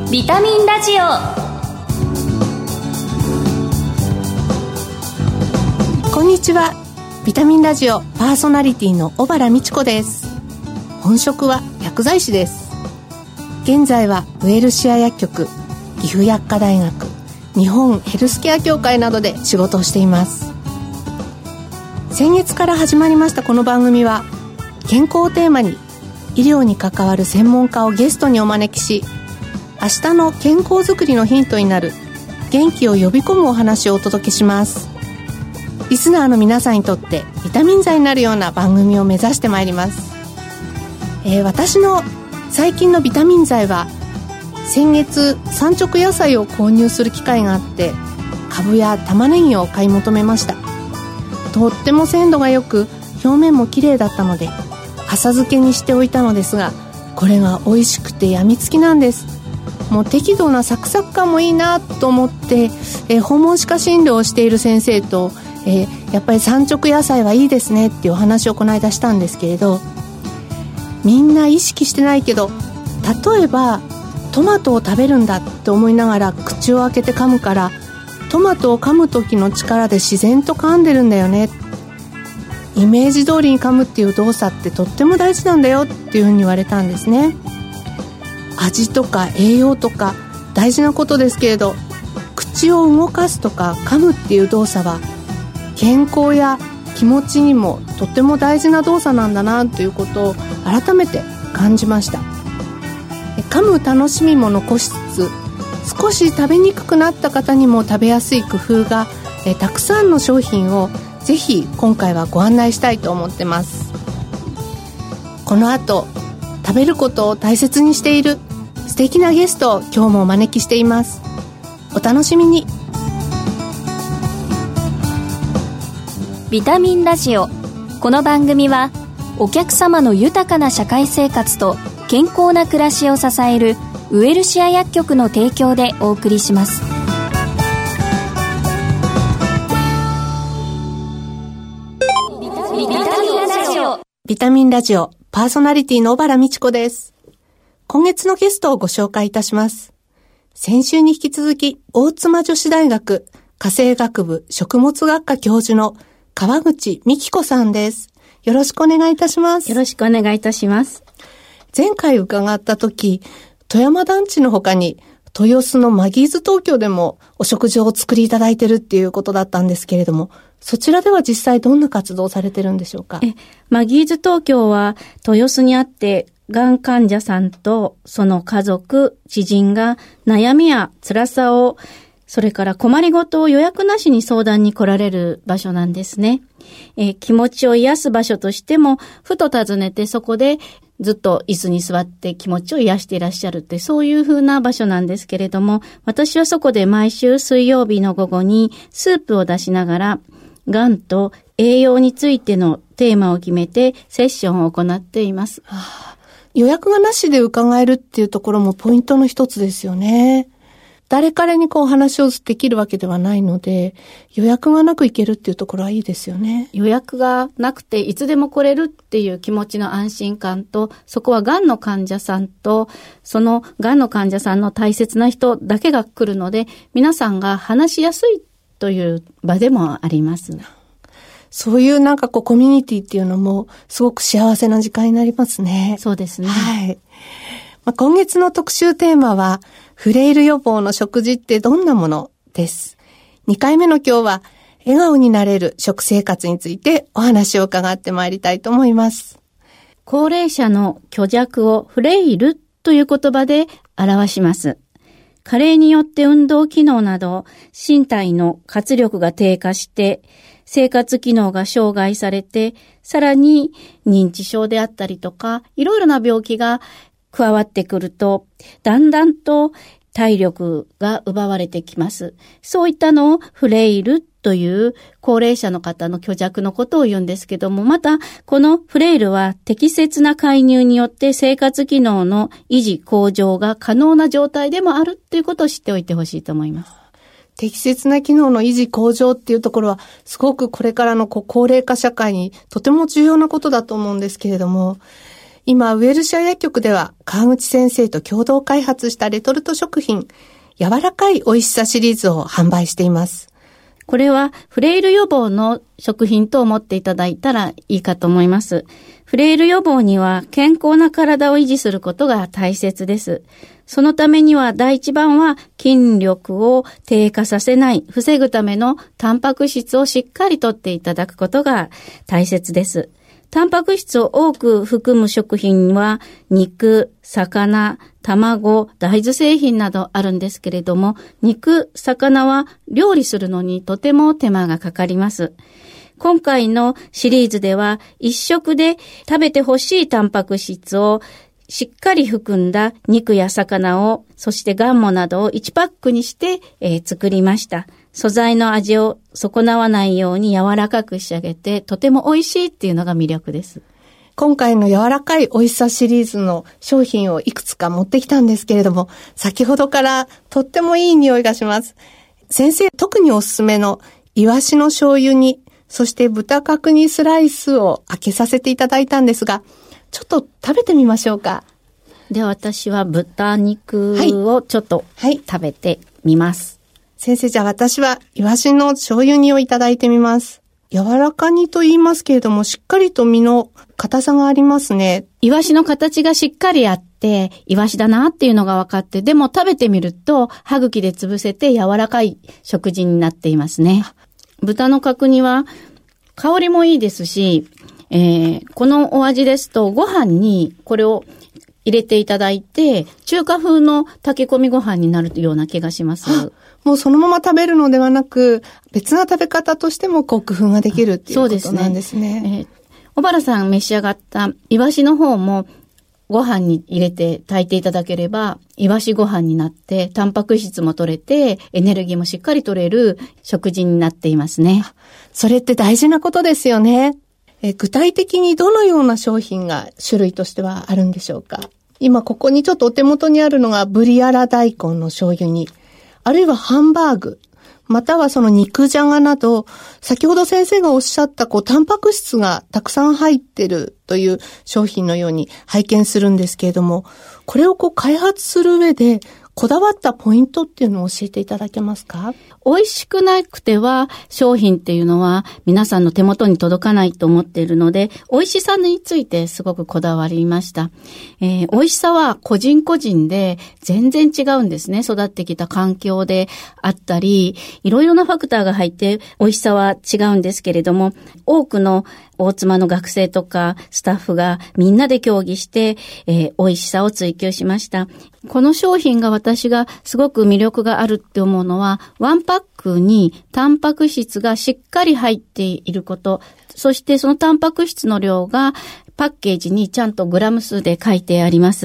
ビタミンラジオ。 こんにちは。ビタミンラジオパーソナリティの小原美智子です。本職は薬剤師です。現在はウエルシア薬局、岐阜薬科大学、日本ヘルスケア協会などで仕事をしています。先月から始まりましたこの番組は、健康をテーマに医療に関わる専門家をゲストにお招きし、明日の健康づくりのヒントになる元気を呼び込むお話をお届けします。リスナーの皆さんにとってビタミン剤になるような番組を目指してまいります。私の最近のビタミン剤は、先月産直野菜を購入する機会があって、カブや玉ねぎを買い求めました。とっても鮮度が良く、表面も綺麗だったので浅漬けにしておいたのですが、これが美味しくてやみつきなんです。もう適度なサクサク感もいいなと思って、訪問歯科診療をしている先生と、やっぱり産直野菜はいいですねっていうお話をこの間したんですけれど、みんな意識してないけど、例えばトマトを食べるんだって思いながら口を開けて噛むから、トマトを噛む時の力で自然と噛んでるんだよね、イメージ通りに噛むっていう動作ってとっても大事なんだよっていうふうに言われたんですね。味とか栄養とか大事なことですけれど、口を動かすとか噛むっていう動作は健康や気持ちにもとっても大事な動作なんだなということを改めて感じました。噛む楽しみも残しつつ、少し食べにくくなった方にも食べやすい工夫がたくさんの商品をぜひ今回はご案内したいと思ってます。この後、食べることを大切にしている素敵なゲストを今日もお招きしています。お楽しみに。 ビタミンラジオ。この番組はお客様の豊かな社会生活と健康な暮らしを支えるウエルシア薬局の提供でお送りします。 ビタミンラジオパーソナリティの小原美智子です。今月のゲストをご紹介いたします。先週に引き続き、大妻女子大学家政学部食物学科教授の川口美希子さんです。よろしくお願いいたします。 よろしくお願いいたします。 前回伺った時、富山団地の他に豊洲のマギーズ東京でもお食事をお作りいただいてるっていうことだったんですけれども、そちらでは実際どんな活動をされてるんでしょうか？ マギーズ東京は豊洲にあって、がん患者さんとその家族、知人が悩みや辛さを、それから困りごとを予約なしに相談に来られる場所なんですね。気持ちを癒す場所としても、ふと訪ねてそこでずっと椅子に座って気持ちを癒していらっしゃるって、そういう風な場所なんですけれども、私はそこで毎週水曜日の午後にスープを出しながら、がんと栄養についてのテーマを決めてセッションを行っています。 予約がなしで伺えるっていうところもポイントの一つですよね。誰彼にお話をできるわけではないので、予約がなく行けるっていうところはいいですよね。 予約がなくていつでも来れるっていう気持ちの安心感と、そこはがんの患者さんと、そのがんの患者さんの大切な人だけが来るので、皆さんが話しやすいという場でもあります。 そういうコミュニティっていうのもすごく幸せな時間になりますね。 そうですね。 はい。今月の特集テーマは、フレイル予防の食事ってどんなものです。2回目の今日は、笑顔になれる食生活についてお話を伺ってまいりたいと思います。 高齢者の虚弱をフレイルという言葉で表します。加齢によって運動機能など身体の活力が低下して生活機能が障害されて、さらに認知症であったりとかいろいろな病気が加わってくると、だんだんと体力が奪われてきます。そういったのをフレイルという高齢者の方の虚弱のことを言うんですけども、またこのフレイルは適切な介入によって生活機能の維持向上が可能な状態でもあるということを知っておいてほしいと思います。 適切な機能の維持向上っていうところはすごくこれからの高齢化社会にとても重要なことだと思うんですけれども、 今、ウエルシア薬局では川口先生と共同開発したレトルト食品、柔らかい美味しさシリーズを販売しています。 これはフレイル予防の食品と思っていただいたらいいかと思います。フレイル予防には健康な体を維持することが大切です。そのためには第一番は筋力を低下させない、防ぐためのタンパク質をしっかりとっていただくことが大切です。タンパク質を多く含む食品は肉、魚、卵、大豆製品などあるんですけれども、肉、魚は料理するのにとても手間がかかります。今回のシリーズでは一食で食べてほしいタンパク質をしっかり含んだ肉や魚を、そしてガンモなどを1パックにして、作りました。素材の味を損なわないように柔らかく仕上げて、とても美味しいっていうのが魅力です。 今回の柔らかい美味しさシリーズの商品をいくつか持ってきたんですけれども、先ほどからとってもいい匂いがします。先生、特におすすめのイワシの醤油煮、そして豚角煮スライスを開けさせていただいたんですが、ちょっと食べてみましょうか。 では私は豚肉をちょっと食べてみます。 先生、じゃあ私はイワシの醤油煮をいただいてみます。柔らか煮と言いますけれども、しっかりと身の硬さがありますね。 イワシの形がしっかりあって、イワシだなっていうのが分かって、でも食べてみると歯茎で潰せて柔らかい食事になっていますね。豚の角煮は香りもいいですし、このお味ですとご飯にこれを入れていただいて、中華風の炊き込みご飯になるような気がします。 もうそのまま食べるのではなく、別な食べ方としても工夫ができるっていうことなんですね。 小原さん召し上がったイワシの方もご飯に入れて炊いていただければ、イワシご飯になって、タンパク質も取れて、エネルギーもしっかり取れる食事になっていますね。 それって大事なことですよね。具体的にどのような商品が種類としてはあるんでしょうか。今ここにちょっとお手元にあるのがブリアラ大根の醤油煮、あるいはハンバーグ、またはその肉じゃがなど、先ほど先生がおっしゃったタンパク質がたくさん入ってるという商品のように拝見するんですけれども、これを開発する上でこだわったポイントっていうのを教えていただけますか？ 美味しくなくては商品っていうのは皆さんの手元に届かないと思っているので、美味しさについてすごくこだわりました。美味しさは個人個人で全然違うんですね。育ってきた環境であったり、いろいろなファクターが入って美味しさは違うんですけれども、多くの大妻の学生とかスタッフがみんなで協議して、美味しさを追求しました。この商品が私がすごく魅力があるって思うのは、ワンパックにタンパク質がしっかり入っていること、そしてそのタンパク質の量がパッケージにちゃんとグラム数で書いてあります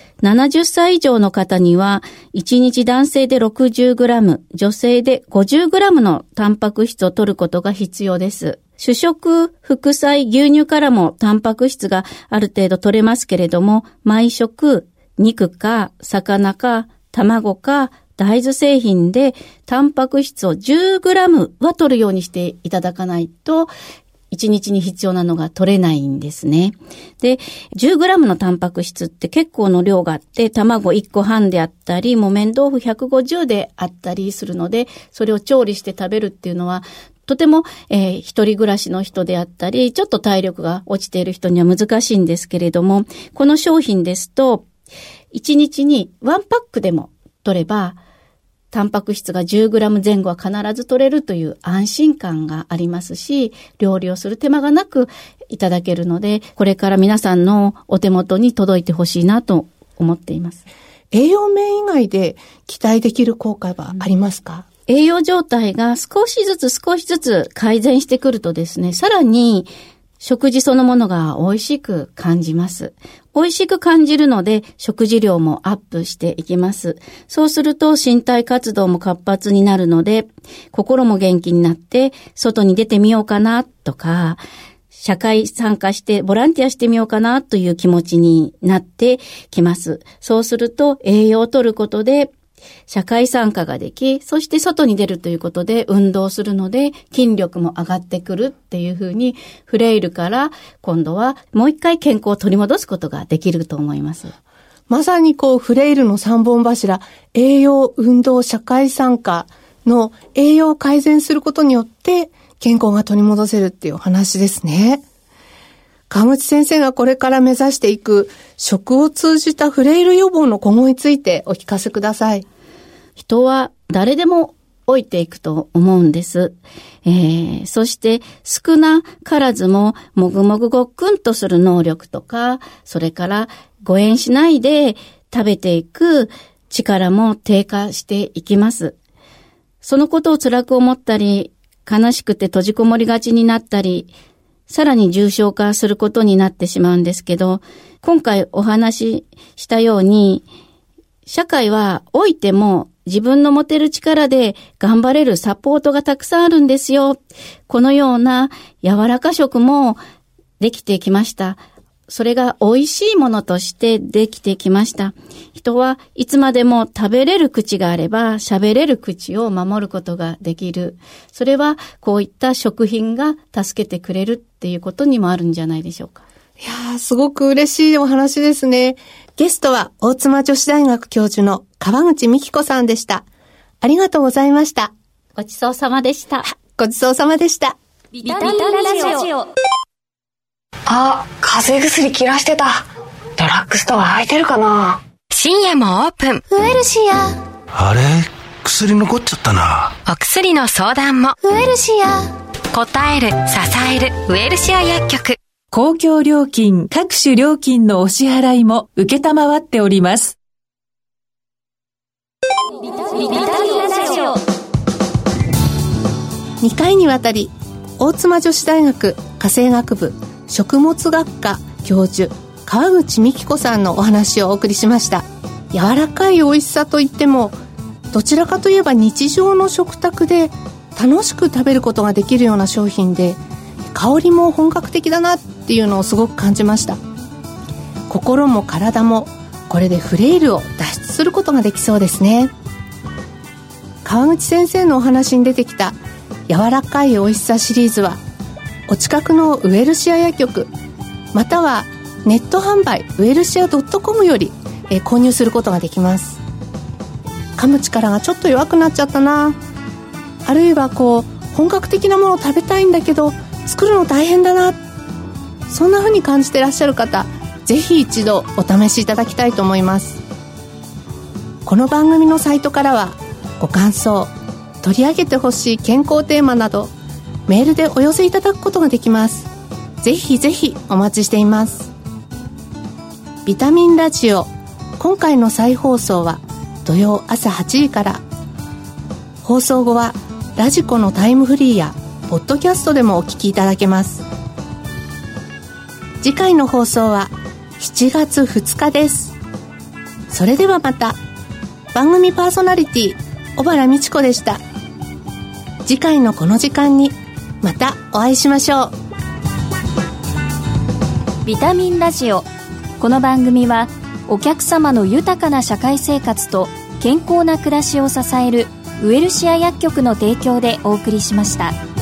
。70歳以上の方には1日男性で60グラム、女性で50グラムのタンパク質を摂ることが必要です。主食、副菜、牛乳からもタンパク質がある程度摂れますけれども、毎食、肉か魚か卵か大豆製品でタンパク質を10グラムは摂るようにしていただかないと、1日に必要なのが取れないんですね。で、10グラムのタンパク質って結構の量があって、卵1個半であったり、木綿豆腐150であったりするので、それを調理して食べるっていうのは、とても、一人暮らしの人であったり、ちょっと体力が落ちている人には難しいんですけれども、この商品ですと、1日に1パックでも取れば、タンパク質が10グラム前後は必ず取れるという安心感がありますし、料理をする手間がなくいただけるので、これから皆さんのお手元に届いてほしいなと思っています。 栄養面以外で期待できる効果はありますか？ 栄養状態が少しずつ改善してくるとですね、さらに食事そのものが美味しく感じます。美味しく感じるので食事量もアップしていきます。そうすると身体活動も活発になるので、心も元気になって外に出てみようかなとか、社会参加してボランティアしてみようかなという気持ちになってきます。そうすると栄養を取ることで社会参加ができ、そして外に出るということで運動するので筋力も上がってくるっていうふうに、フレイルから今度はもう一回健康を取り戻すことができると思います。 まさにフレイルの3本柱、栄養、運動、社会参加の栄養を改善することによって健康が取り戻せるっていうお話ですね。川口先生がこれから目指していく食を通じたフレイル予防の今後についてお聞かせください。 人は誰でも老いていくと思うんです。そして少なからずももぐもぐごっくんとする能力とか、それから誤嚥しないで食べていく力も低下していきます。そのことを辛く思ったり、悲しくて閉じこもりがちになったり、さらに重症化することになってしまうんですけど、今回お話ししたように、社会は老いても自分の持てる力で頑張れるサポートがたくさんあるんですよ。このような柔らか食もできてきました。それが美味しいものとしてできてきました。人はいつまでも食べれる口があれば喋れる口を守ることができる。それはこういった食品が助けてくれるっていうことにもあるんじゃないでしょうか。 いやー、すごく嬉しいお話ですね。ゲストは大妻女子大学教授の川口美希子さんでした。ありがとうございました。 ごちそうさまでした。 ごちそうさまでした。 ビタミンラジオ。 あ、風邪薬切らしてた。ドラッグストア空いてるかな。 深夜もオープン。 ウエルシア。 あれ、薬残っちゃったな。 お薬の相談も。 ウエルシア。 答える、支える、ウエルシア薬局。 公共料金、各種料金のお支払いも受けたまわっております。 ビタミンラジオ。 2回にわたり、大妻女子大学家政学部食物学科教授川口美希子さんのお話をお送りしました。柔らかい美味しさといっても、どちらかといえば日常の食卓で楽しく食べることができるような商品で、香りも本格的だなっていうのをすごく感じました。心も体もこれでフレイルを脱出することができそうですね。川口先生のお話に出てきた柔らかい美味しさシリーズは、お近くのウエルシア薬局またはネット販売ウエルシア .com より購入することができます。噛む力がちょっと弱くなっちゃったな、あるいは本格的なものを食べたいんだけど作るの大変だな、そんな風に感じてらっしゃる方、ぜひ一度お試しいただきたいと思います。この番組のサイトからはご感想、取り上げてほしい健康テーマなどメールでお寄せいただくことができます。ぜひぜひお待ちしています。ビタミンラジオ、今回の再放送は土曜朝8時から。放送後はラジコのタイムフリーやポッドキャストでもお聞きいただけます。次回の放送は7月2日です。それではまた。番組パーソナリティ小原美智子でした。次回のこの時間にまたお会いしましょう。 ビタミンラジオ。この番組はお客様の豊かな社会生活と健康な暮らしを支えるウエルシア薬局の提供でお送りしました。